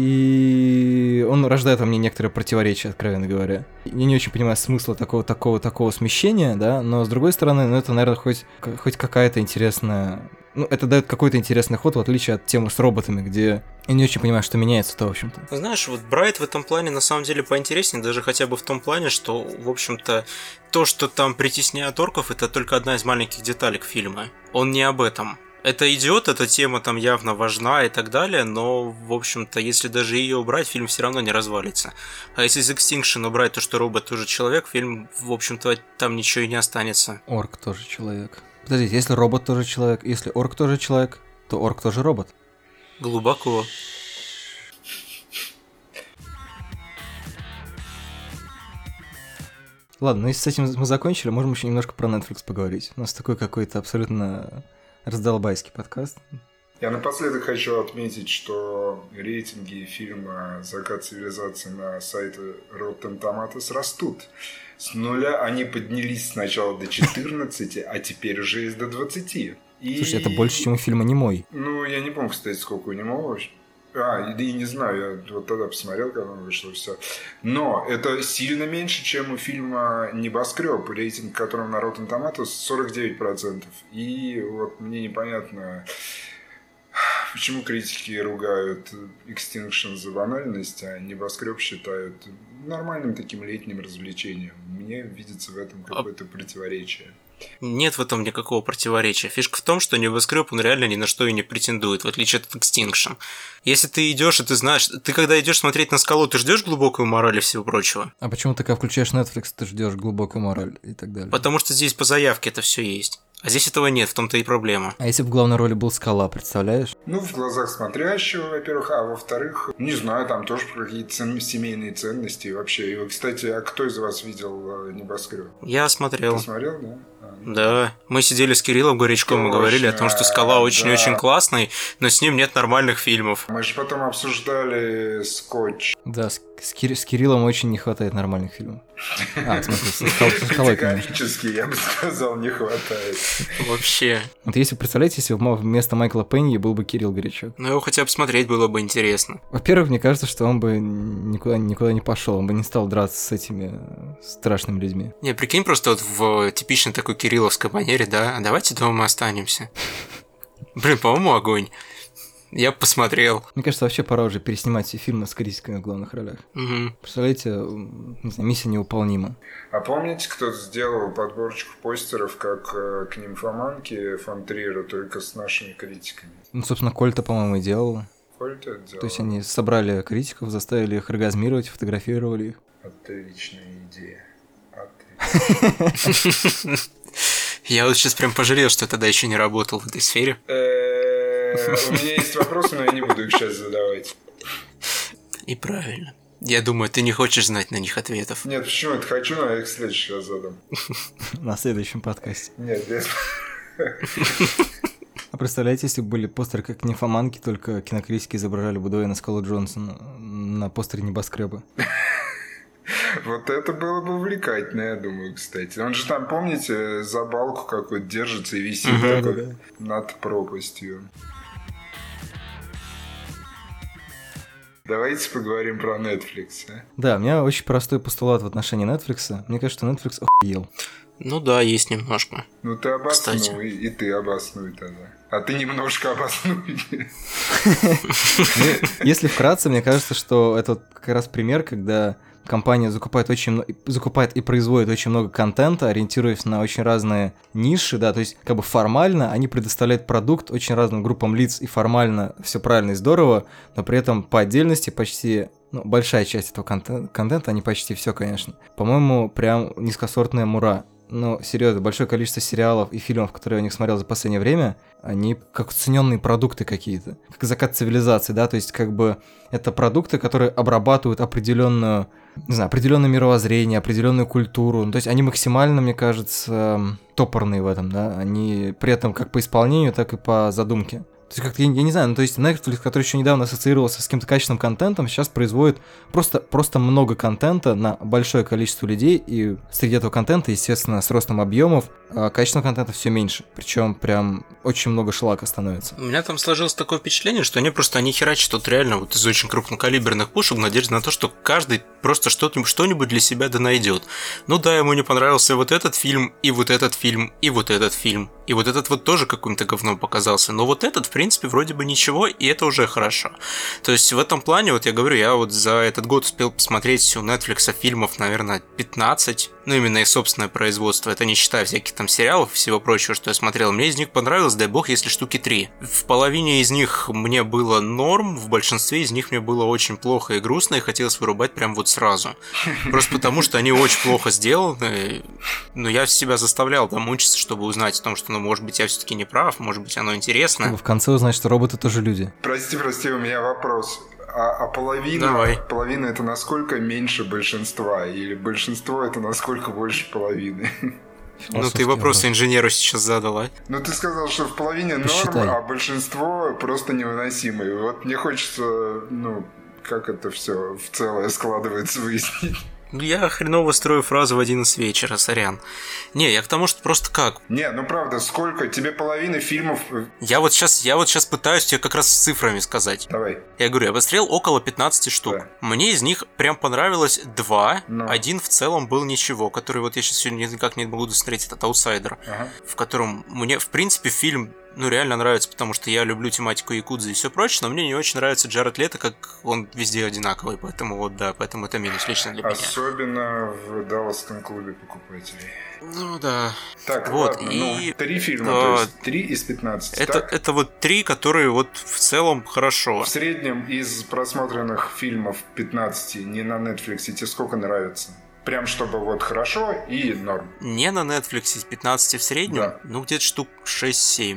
И он рождает во мне некоторые противоречия, откровенно говоря. Я не очень понимаю смысла такого, такого, такого смещения, да, но, с другой стороны, ну, это, наверное, хоть, хоть какая-то интересная ну, это дает какой-то интересный ход, в отличие от темы с роботами, где я не очень понимаю, что меняется-то, в общем-то. Знаешь, вот Брайт в этом плане на самом деле поинтереснее, даже хотя бы в том плане, что, в общем-то, то, что там притесняют орков, это только одна из маленьких деталек фильма. Он не об этом. Это идет, эта тема там явно важна и так далее, но, в общем-то, если даже ее убрать, фильм все равно не развалится. А если из Extinction убрать то, что робот тоже человек, фильм, в общем-то, там ничего и не останется. Орк тоже человек. Подождите, если робот тоже человек, если орк тоже человек, то орк тоже робот. Глубоко. Ладно, ну если с этим мы закончили, можем еще немножко про Netflix поговорить. У нас такой какой-то абсолютно раздолбайский подкаст. Я напоследок хочу отметить, что рейтинги фильма «Закат цивилизации» на сайте Rotten Tomatoes растут. С нуля они поднялись сначала до четырнадцати, а теперь уже есть до двадцати. И... Слушай, это больше, чем у фильма «Немой». Ну, я не помню, кстати, сколько у «Немого». А, и не знаю, я вот тогда посмотрел, когда он вышло, все. Но это сильно меньше, чем у фильма «Небоскреб», рейтинг которого на Rotten Tomatoes сорок девять процентов. И вот мне непонятно, почему критики ругают Extinction за банальность, а «Небоскреб» считают нормальным таким летним развлечением. Мне видится в этом какое-то противоречие. Нет в этом никакого противоречия. Фишка в том, что Небоскреб, он реально ни на что и не претендует, в отличие от Extinction. Если ты идешь и ты знаешь, ты когда идешь смотреть на скалу, ты ждешь глубокую мораль и всего прочего. А почему ты, когда включаешь Netflix, ты ждешь глубокую мораль и так далее? Потому что здесь по заявке это все есть. А здесь этого нет, в том-то и проблема. А если бы в главной роли был Скала, представляешь? Ну, в глазах смотрящего, во-первых, а во-вторых, не знаю, там тоже про какие-то цен... семейные ценности вообще. И, кстати, а кто из вас видел «Небоскреб»? Я смотрел. Ты смотрел, да? А, ну. Да, мы сидели с Кириллом Горячковым и говорили о том, что «Скала» очень-очень да. классный, но с ним нет нормальных фильмов. Мы же потом обсуждали «Скотч». Да, с, с, Кир... с Кириллом очень не хватает нормальных фильмов. А, в смысле, с Скалой, конечно. Категорически, я бы сказал, не хватает. Вообще. Вот если, представляете, если вместо Майкла Пенни был бы Кирилл Горячев. Ну, его хотя бы смотреть было бы интересно. Во-первых, мне кажется, что он бы никуда, никуда не пошел, он бы не стал драться с этими страшными людьми. Не, прикинь, просто вот в типичной такой кирилловской манере, да, давайте дома останемся. Блин, по-моему, огонь. Я бы посмотрел. Мне кажется, вообще пора уже переснимать все фильмы с критиками в главных ролях. Угу. Представляете, не знаю, «Миссия невыполнима». А помните, кто-то сделал подборочку постеров, как э, к «Нимфоманке» фон Триера, только с нашими критиками? Ну, собственно, Кольта, по-моему, и делал. Кольта это делал. То есть они собрали критиков, заставили их оргазмировать, фотографировали их. Отличная идея. Отлично. Я вот сейчас прям пожалел, что тогда еще не работал в этой сфере. У меня есть вопросы, но я не буду их сейчас задавать. И правильно. Я думаю, ты не хочешь знать на них ответов. Нет, почему это хочу, но я их в следующий раз задам. На следующем подкасте. Нет, без... А представляете, если бы были постеры как «Нимфоманки», только кинокритики изображали бы Дуэйна Скалу Джонсона на постере «Небоскреба». Вот это было бы увлекательно, я думаю, кстати. Он же там, помните, за балку какой-то держится и висит угу, такой да. над пропастью. Давайте поговорим про Netflix. А? Да, у меня очень простой постулат в отношении Netflix. Мне кажется, что Netflix охуел. Ну да, есть немножко. Ну ты обоснуй, и, и ты обоснуй тогда. А ты немножко обоснуй. Если вкратце, мне кажется, что это как раз пример, когда компания закупает очень закупает и производит очень много контента, ориентируясь на очень разные ниши, да, то есть как бы формально они предоставляют продукт очень разным группам лиц, и формально все правильно и здорово, но при этом по отдельности почти, ну, большая часть этого контент, контента, а не почти все, конечно, по-моему, прям низкосортная мура. Ну, серьезно, большое количество сериалов и фильмов, которые я у них смотрел за последнее время, они как цененные продукты какие-то, как «Закат цивилизации», да, то есть как бы это продукты, которые обрабатывают определенную, не знаю, определенное мировоззрение, определенную культуру, ну, то есть они максимально, мне кажется, топорные в этом, да, они при этом как по исполнению, так и по задумке. То есть как-то, я, я не знаю, ну то есть Netflix, который еще недавно ассоциировался с каким-то качественным контентом, сейчас производит просто, просто много контента на большое количество людей, и среди этого контента, естественно, с ростом объемов а качественного контента все меньше. Причем прям очень много шлака становится. У меня там сложилось такое впечатление, что они просто они херачат тут реально вот из очень крупнокалиберных пушек в надежде на то, что каждый просто что-нибудь, что-нибудь для себя да найдет. Ну да, ему не понравился вот этот фильм, и вот этот фильм, и вот этот фильм. И вот этот вот тоже каким-то говном показался. Но вот этот, в принципе, вроде бы ничего, и это уже хорошо. То есть в этом плане, вот я говорю, я вот за этот год успел посмотреть у Netflix фильмов, наверное, пятнадцать. Ну, именно их собственное производство. Это не считая всяких там сериалов и всего прочего, что я смотрел. Мне из них понравилось, дай бог, если штуки три. В половине из них мне было норм, в большинстве из них мне было очень плохо и грустно, и хотелось вырубать прям вот сразу. Просто потому, что они очень плохо сделаны. Но я себя заставлял там мучиться, чтобы узнать о том, что, ну, может быть, я все-таки не прав, может быть, оно интересно. Чтобы в конце узнать, что роботы тоже люди. Прости, прости, у меня вопрос. А, а половина, Давай. половина это насколько меньше большинства? Или большинство это насколько больше половины? Ну, ты вопрос инженеру сейчас задал, а? Ну, ты сказал, что в половине Посчитай. норм, а большинство просто невыносимые. Вот мне хочется, ну, как это все в целое складывается, выяснить. Я хреново строю фразу в одиннадцать вечера, сорян. Не, я к тому, что просто как. Не, ну правда, сколько? Тебе половины фильмов... Я вот сейчас, я вот сейчас пытаюсь тебе как раз с цифрами сказать. Давай. Я говорю, я посмотрел около пятнадцати штук. Да. Мне из них прям понравилось два. Ну. Один в целом был ничего, который вот я сейчас сегодня никак не могу досмотреть, этот «Аутсайдер», Ага. в котором мне, в принципе, фильм, ну, реально нравится, потому что я люблю тематику якудзы и все прочее, но мне не очень нравится Джаред Лето, как он везде одинаковый, поэтому вот да, поэтому это минус лично для меня. Особенно в Далласском клубе покупателей. Ну да. Так, Вот, ладно, и- ну, три фильма, да. то есть три из пятнадцати, Это, так? это вот три, которые вот в целом хорошо. В среднем из просмотренных фильмов пятнадцати не на Netflix тебе сколько нравится? Прям чтобы вот хорошо и норм. Не на Netflix из пятнадцати в среднем, Да. ну где-то штук шесть-семь.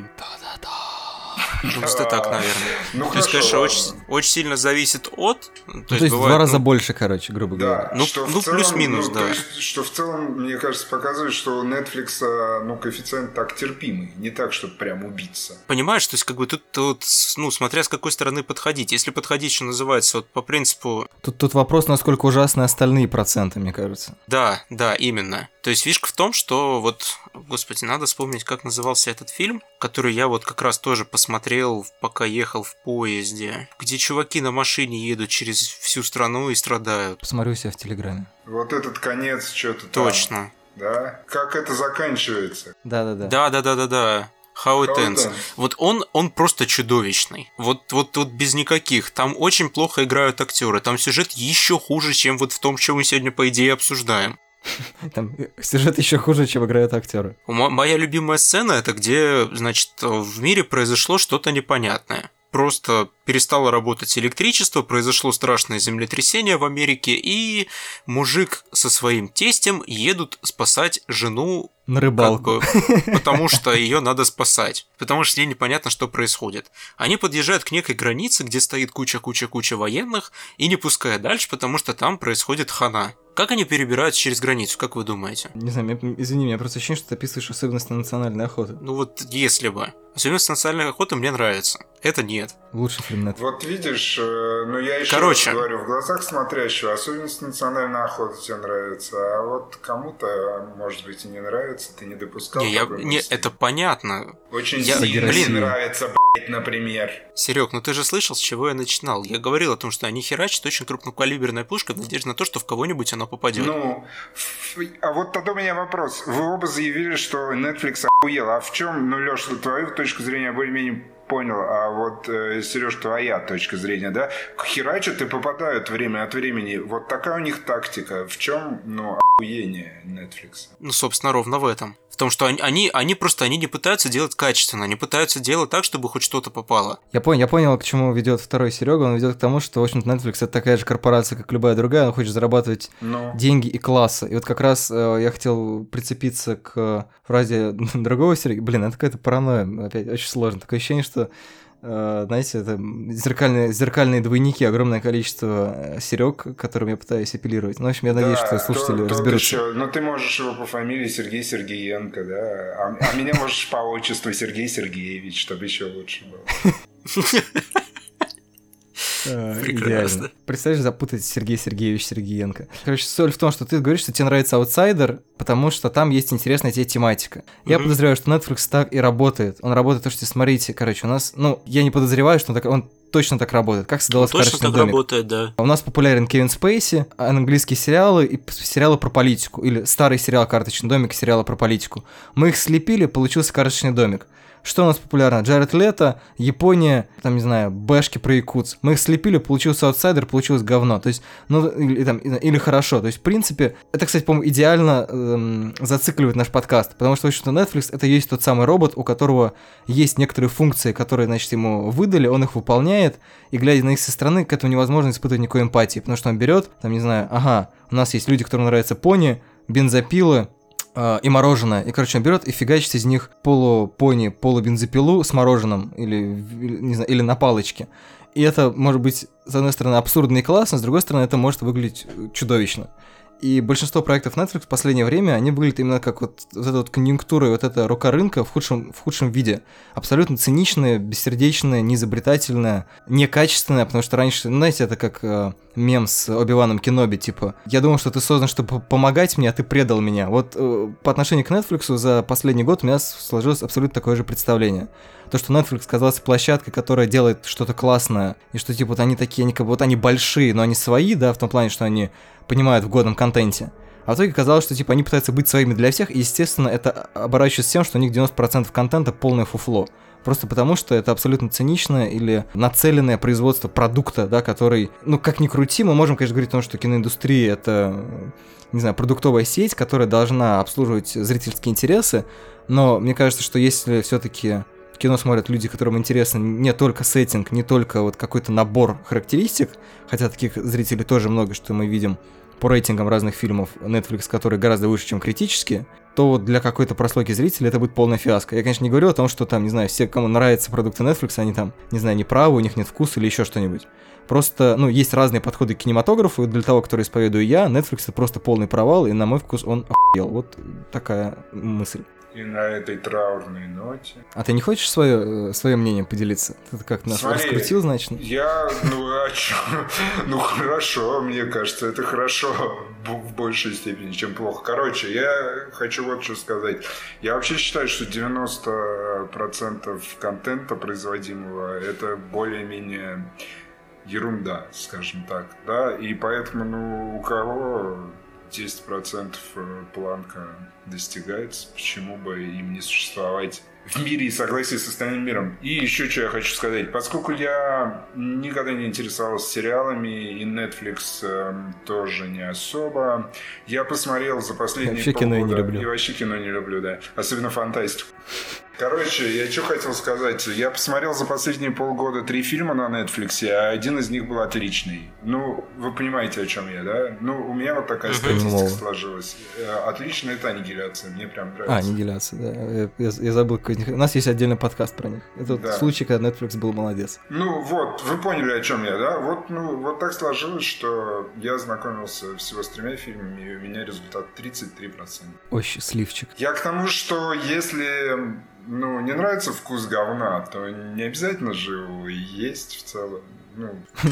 Ну, просто так, наверное. Ну, То есть, хорошо, конечно, ладно. очень, очень сильно зависит от. То Ну, есть, то есть в бывает, два раза ну, больше, короче, грубо говоря. Да, Ну, что в ну, целом, плюс-минус, ну, да. то есть, что в целом, мне кажется, показывает, что у Netflix, а, ну, коэффициент так терпимый. Не так, чтобы прям убиться. Понимаешь, то есть, как бы тут, тут, ну, смотря с какой стороны подходить. Если подходить, что называется, вот по принципу, Тут, тут вопрос, насколько ужасны остальные проценты, мне кажется. да, да, именно. То есть, фишка в том, что вот, господи, надо вспомнить, как назывался этот фильм, который я вот как раз тоже посмотрел, пока ехал в поезде, где чуваки на машине едут через всю страну и страдают. Посмотрю себя в Телеграме. Вот этот конец, что-то там. Точно. Да? Как это заканчивается? Да-да-да. Да-да-да-да-да. How it How it ends. ends. Вот он, он просто чудовищный. Вот, вот, вот без никаких. Там очень плохо играют актеры. Там сюжет еще хуже, чем вот в том, что мы сегодня, по идее, обсуждаем. Там э, сюжет еще хуже, чем играют актеры. Мо- Моя любимая сцена это где, значит, в мире произошло что-то непонятное. Просто перестало работать электричество, произошло страшное землетрясение в Америке, и мужик со своим тестем едут спасать жену, На как рыбалку. бы, потому что ее надо спасать. Потому что ей непонятно, что происходит. Они подъезжают к некой границе, где стоит куча-куча-куча военных, и не пуская дальше, потому что там происходит хана. Как они перебираются через границу, как вы думаете? Не знаю, мне- извини, у меня просто ощущение, что ты описываешь особенности национальной охоты. Ну вот если бы. Особенность национальной охоты мне нравится. Это нет. Лучший фильм Netflix. Вот видишь, э, ну я еще Короче. раз говорю, в глазах смотрящего особенность национальной охоты тебе нравится, а вот кому-то, может быть, и не нравится, ты не допускал Не, я, такой не, мысли? это понятно. Очень я- сильно блин. не нравится, блядь, например. Серег, ну ты же слышал, с чего я начинал. Я говорил о том, что они херачат очень крупнокалиберной пушкой в надежде на то, что в кого-нибудь оно попадет. Ну, ф- а вот тогда у меня вопрос. Вы оба заявили, что Netflix охуел. А в чем, ну, Леша, твою точку зрения более-менее понял, а вот, э, Сереж, твоя точка зрения, да? Херачат и попадают время от времени. Вот такая у них тактика. В чем, ну, охуение Netflix? Ну, собственно, ровно в этом. В том, что они, они, они просто они не пытаются делать качественно, они пытаются делать так, чтобы хоть что-то попало. Я понял, я понял, к чему ведет второй Серега. Он ведет к тому, что, в общем-то, Netflix это такая же корпорация, как любая другая. Он хочет зарабатывать Ну, деньги и класса. И вот как раз э, я хотел прицепиться к фразе другого Сергея. Блин, это какая-то паранойя. Опять очень сложно. Такое ощущение, что, э, знаете, это зеркальные, зеркальные двойники, огромное количество Серег, к которым я пытаюсь апеллировать. Ну, в общем, я надеюсь, да, что слушатели тот- тот разберутся. еще- ну, ты можешь его по фамилии Сергей Сергеенко, да? А, а меня можешь по отчеству Сергей Сергеевич, чтобы еще лучше было. Прекрасно. Представляешь, запутать Сергей Сергеевич Сергеенко. Короче, соль в том, что ты говоришь, что тебе нравится «Аутсайдер», потому что там есть интересная тебе тематика. Я подозреваю, что Netflix так и работает. Он работает, то, что, смотрите, короче, у нас... Ну, я не подозреваю, что он, так, он точно так работает. Как создалась «Карточный домик». Точно так работает, да. У нас популярен Кевин Спейси, английские сериалы и сериалы про политику. Или старый сериал «Карточный домик» и сериалы про политику. Мы их слепили, получился «Карточный домик». Что у нас популярно? Джаред Лето, Япония, там, не знаю, бэшки про якутс. Мы их слепили, получился «Аутсайдер», получилось говно. То есть, ну, или, там, или хорошо. То есть, в принципе, это, кстати, по-моему, идеально эм, зацикливает наш подкаст. Потому что, в общем-то, Netflix — это есть тот самый робот, у которого есть некоторые функции, которые, значит, ему выдали, он их выполняет, и, глядя на них со стороны, к этому невозможно испытывать никакой эмпатии. Потому что он берет, там, не знаю, ага, у нас есть люди, которым нравятся пони, бензопилы, и мороженое. И, короче, он берет и фигачит из них полупони, полубензопилу с мороженым или, не знаю, или на палочке. И это может быть, с одной стороны, абсурдно и классно, с другой стороны, это может выглядеть чудовищно. И большинство проектов Netflix в последнее время, они выглядят именно как вот, вот эта вот конъюнктура и вот эта рука рынка в худшем, в худшем виде. Абсолютно циничная, бессердечная, неизобретательная, некачественная, потому что раньше, ну, знаете, это как э, мем с Оби-Ваном Кеноби, типа, я думал, что ты создан, чтобы помогать мне, а ты предал меня. Вот э, по отношению к Netflix за последний год у меня сложилось абсолютно такое же представление. То, что Netflix казалась площадкой, которая делает что-то классное, и что, типа, вот они такие, они как бы, вот они большие, но они свои, да, в том плане, что они понимают в годном контенте. А в итоге казалось, что, типа, они пытаются быть своими для всех, и, естественно, это оборачивается тем, что у них девяносто процентов контента полное фуфло. Просто потому, что это абсолютно циничное или нацеленное производство продукта, да, который, ну, как ни крути, мы можем, конечно, говорить о том, что киноиндустрия — это, не знаю, продуктовая сеть, которая должна обслуживать зрительские интересы, но мне кажется, что если все-таки кино смотрят люди, которым интересен не только сеттинг, не только вот какой-то набор характеристик, хотя таких зрителей тоже много, что мы видим по рейтингам разных фильмов Netflix, которые гораздо выше, чем критические, то вот для какой-то прослойки зрителей это будет полная фиаско. Я, конечно, не говорю о том, что там, не знаю, все, кому нравятся продукты Netflix, они там, не знаю, неправы, у них нет вкуса или еще что-нибудь. Просто, ну, есть разные подходы к кинематографу, и для того, который исповедую я, Netflix — это просто полный провал, и на мой вкус он охуел. Вот такая мысль. И на этой траурной ноте. А ты не хочешь свое, свое мнение поделиться? Ты как нас Смотри, раскрутил, значит? Я, ну, а чё? Ну, хорошо, мне кажется, это хорошо в большей степени, чем плохо. Короче, я хочу вот что сказать. Я вообще считаю, что девяносто процентов контента производимого — это более-менее ерунда, скажем так, да, и поэтому, ну, у кого десять процентов планка достигается, почему бы им не существовать в мире и согласии с остальным миром. И еще что я хочу сказать. Поскольку я никогда не интересовался сериалами, и Netflix э, тоже не особо, я посмотрел за последние вообще полгода... кино не люблю. И вообще кино не люблю, да. Особенно фантастику. Короче, я что хотел сказать. Я посмотрел за последние полгода три фильма на Netflix, а один из них был отличный. Ну, вы понимаете, о чем я, да? Ну, у меня вот такая статистика сложилась. Отлично — это «Аннигиляция». Мне прям нравится. А, «Аннигиляция», да. Я, я, я забыл, какой... у нас есть отдельный подкаст про них. Это да. Случай, когда Netflix был молодец. Ну, вот, вы поняли, о чем я, да? Вот, ну, вот так сложилось, что я ознакомился всего с тремя фильмами, и у меня результат тридцать три процента. Ой, счастливчик. Я к тому, что если... Ну, не нравится вкус говна, то не обязательно же его есть в целом. Ну.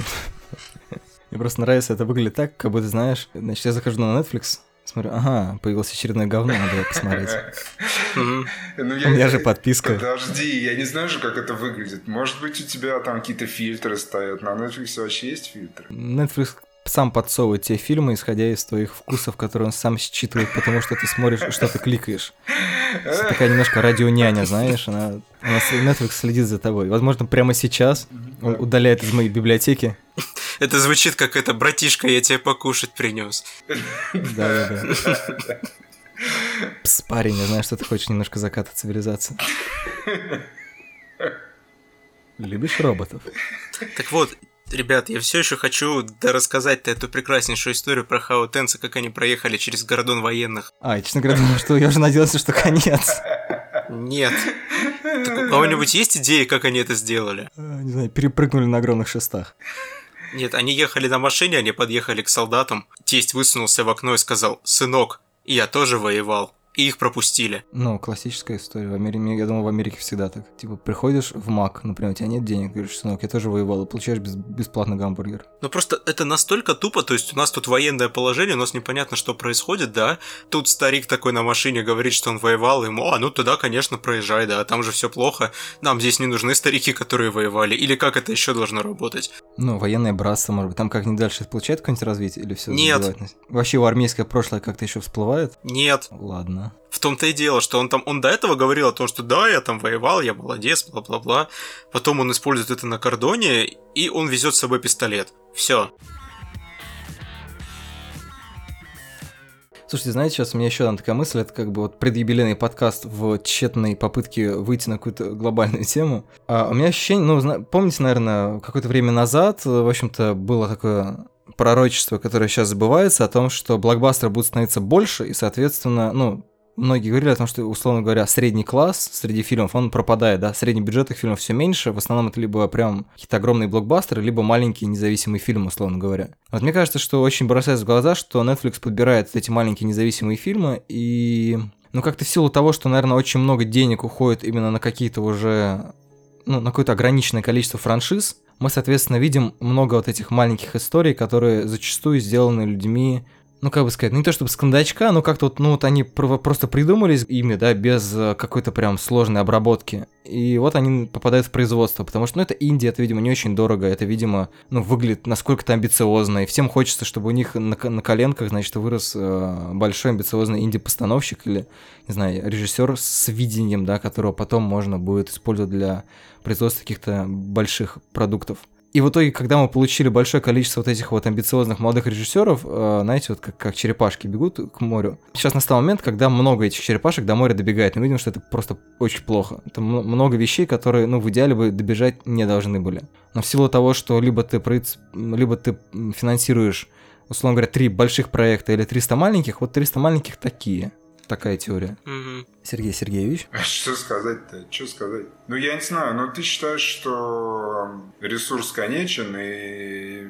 Мне просто нравится, это выглядит так, как будто, знаешь, значит, я захожу на Netflix, смотрю, ага, появилось очередное говно, надо посмотреть. У меня же подписка. Подожди, я не знаю же, как это выглядит. Может быть, у тебя там какие-то фильтры стоят. На Netflix вообще есть фильтры? Netflix сам подсовывает те фильмы, исходя из твоих вкусов, которые он сам считывает, потому что ты смотришь и что ты кликаешь. Это такая немножко радионяня, знаешь, она, она Netflix следит за тобой. Возможно, прямо сейчас он удаляет из моей библиотеки. Это звучит как это, братишка, я тебе покушать принес. Да, да, да. Пс, парень, я знаю, что ты хочешь немножко заката цивилизации. Любишь роботов? Так вот, ребят, я все еще хочу рассказать эту прекраснейшую историю про Хао Тенца, как они проехали через городон военных. А, я, честно говоря, думал, что я уже надеялся, что конец. Нет. Так у кого-нибудь есть идеи, как они это сделали? Не знаю, перепрыгнули на огромных шестах. Нет, они ехали на машине, они подъехали к солдатам. Тесть высунулся в окно и сказал: «Сынок, я тоже воевал». и их пропустили. Ну, классическая история. В Америке, я думал, в Америке всегда так. Типа, приходишь в Мак, например, у тебя нет денег, говоришь, сынок, я тоже воевал, и получаешь без, бесплатный гамбургер. Ну, просто это настолько тупо, то есть у нас тут военное положение, у нас непонятно, что происходит, да. Тут старик такой на машине говорит, что он воевал, ему, а, ну туда, конечно, проезжай, да, там же все плохо, нам здесь не нужны старики, которые воевали, или как это еще должно работать? Ну, военное братство, может быть, там как-нибудь дальше получает какое-нибудь развитие, или все? Нет. Вообще, у армейское прошлое как-то еще всплывает? Нет. Ладно. В том-то и дело, что он там, он до этого говорил о том, что да, я там воевал, я молодец, бла-бла-бла. Потом он использует это на кордоне, и он везет с собой пистолет. Все. Слушайте, знаете, сейчас у меня еще одна такая мысль, это как бы вот предюбилейный подкаст в тщетной попытке выйти на какую-то глобальную тему. А у меня ощущение, ну, зна- помните, наверное, какое-то время назад, в общем-то, было такое пророчество, которое сейчас забывается, о том, что блокбастеры будут становиться больше, и, соответственно, ну, многие говорили о том, что, условно говоря, средний класс среди фильмов, он пропадает, да, среднебюджетных фильмов все меньше, в основном это либо прям какие-то огромные блокбастеры, либо маленькие независимые фильмы, условно говоря. Вот мне кажется, что очень бросается в глаза, что Netflix подбирает эти маленькие независимые фильмы, и, ну, как-то в силу того, что, наверное, очень много денег уходит именно на какие-то уже, ну, на какое-то ограниченное количество франшиз, мы, соответственно, видим много вот этих маленьких историй, которые зачастую сделаны людьми, ну, как бы сказать, ну не то чтобы с кондачка, но как-то вот, ну вот они про- просто придумались ими, да, без какой-то прям сложной обработки. И вот они попадают в производство, потому что, ну, это Индия, это, видимо, не очень дорого, это, видимо, ну, выглядит насколько-то амбициозно, и всем хочется, чтобы у них на, на коленках, значит, вырос э, большой амбициозный инди-постановщик или, не знаю, режиссер с видением, да, которого потом можно будет использовать для производства каких-то больших продуктов. И в итоге, когда мы получили большое количество вот этих вот амбициозных молодых режиссеров, э, знаете, вот как, как черепашки бегут к морю. Сейчас настал момент, когда много этих черепашек до моря добегает. Мы видим, что это просто очень плохо. Это м- много вещей, которые, ну, в идеале бы добежать не должны были. Но в силу того, что либо ты, проец... либо ты финансируешь, условно говоря, три больших проекта или триста маленьких, вот триста маленьких такие. Такая теория. Угу. Сергей Сергеевич? А что сказать-то? Что сказать? Ну, я не знаю, но ты считаешь, что ресурс конечен, и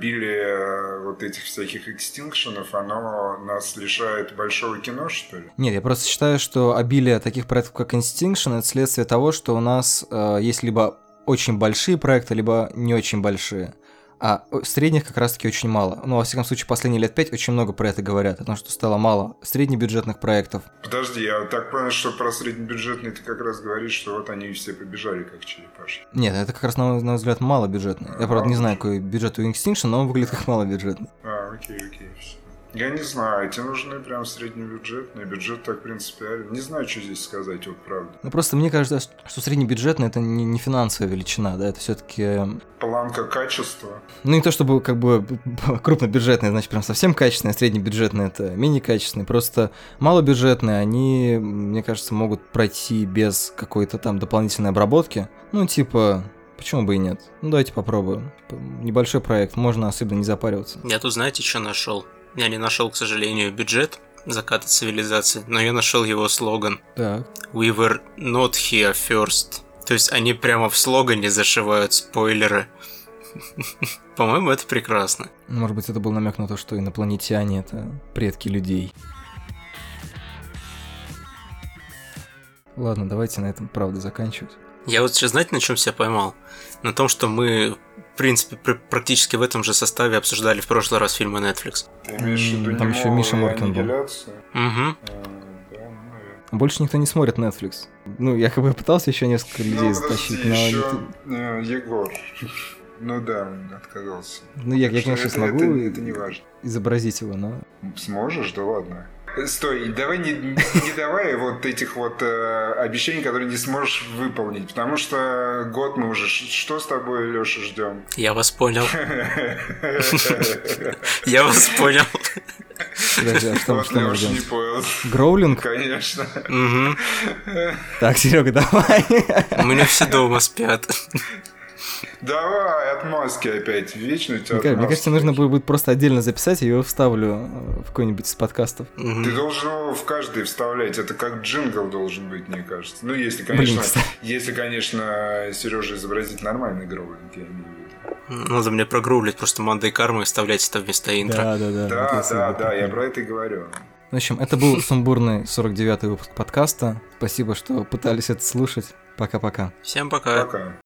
обилие вот этих всяких экстинкшенов, оно нас лишает большого кино, что ли? Нет, я просто считаю, что обилие таких проектов, как Instinction, это следствие того, что у нас э, есть либо очень большие проекты, либо не очень большие. А средних как раз-таки очень мало. Ну, во всяком случае, последние лет пять очень много про это говорят, о том, что стало мало среднебюджетных проектов. Подожди, я так понял, что про среднебюджетные ты как раз говоришь, что вот они все побежали как черепашки. Нет, это как раз, на мой взгляд, малобюджетный. Я, правда, не знаю, какой бюджет у Instinction, но он выглядит как малобюджетный. А, окей, окей, все. Я не знаю, эти нужны прям среднебюджетные, бюджет так принципиально. Не знаю, что здесь сказать, вот правда. Ну, просто мне кажется, что среднебюджетный — это не, не финансовая величина, да, это все-таки... Планка качества. Ну, не то чтобы как бы крупнобюджетные, значит, прям совсем качественные, а среднебюджетные — это менее качественные, просто малобюджетные, они, мне кажется, могут пройти без какой-то там дополнительной обработки. Ну, типа... Почему бы и нет? Ну, давайте попробуем. Небольшой проект, можно особенно не запариваться. Я тут, знаете, что нашел? Я не нашел, к сожалению, бюджет «Заката цивилизации», но я нашел его слоган. Так. We were not here first. То есть они прямо в слогане зашивают спойлеры. По-моему, это прекрасно. Может быть, это был намек на то, что инопланетяне — это предки людей. Ладно, давайте на этом, правда, заканчивать. Я вот сейчас, знаете, на чем себя поймал? На том, что мы, в принципе, пр- практически в этом же составе обсуждали в прошлый раз фильмы Netflix. Ты имеешь в виду Там еще Миша Моркин был. аннигиляцию? Угу. А, да, ну, наверное. Больше никто не смотрит Netflix. Ну, я как бы пытался еще несколько людей Ну, затащить, подожди, но... еще не- э, Егор. Ну да, он отказался. Ну, я, я Что конечно, это, смогу это, это не важно. изобразить его, но... Сможешь? Да ладно. Стой, давай не, не давай вот этих вот э, обещаний, которые не сможешь выполнить, потому что год мы уже... Что с тобой, Лёша, ждем? Я вас понял. Я вас понял. Подожди, а что, Вот что мы Лёша ждем? не понял. Гроулинг? Конечно. Угу. Так, Серега, давай. У меня все дома спят. Давай, отмазки опять. Вечно у тебя Мне, мне отмазки. кажется, нужно будет будет просто отдельно записать, и я его вставлю в какой-нибудь из подкастов. Мгм. Ты должен его в каждый вставлять. Это как джингл должен быть, мне кажется. Ну, если, Блин, конечно, кстати. если, конечно, Сережа изобразит нормальный гроулинг, я имею в виду. Надо мне прогрулить просто Мандай Карму и вставлять это вместо интро. Да, да, да. Да, вот если да, бы да, такое. я про это и говорю. В общем, это был сумбурный сорок девятый выпуск подкаста. Спасибо, что пытались это слушать. Пока-пока. Всем пока. Пока.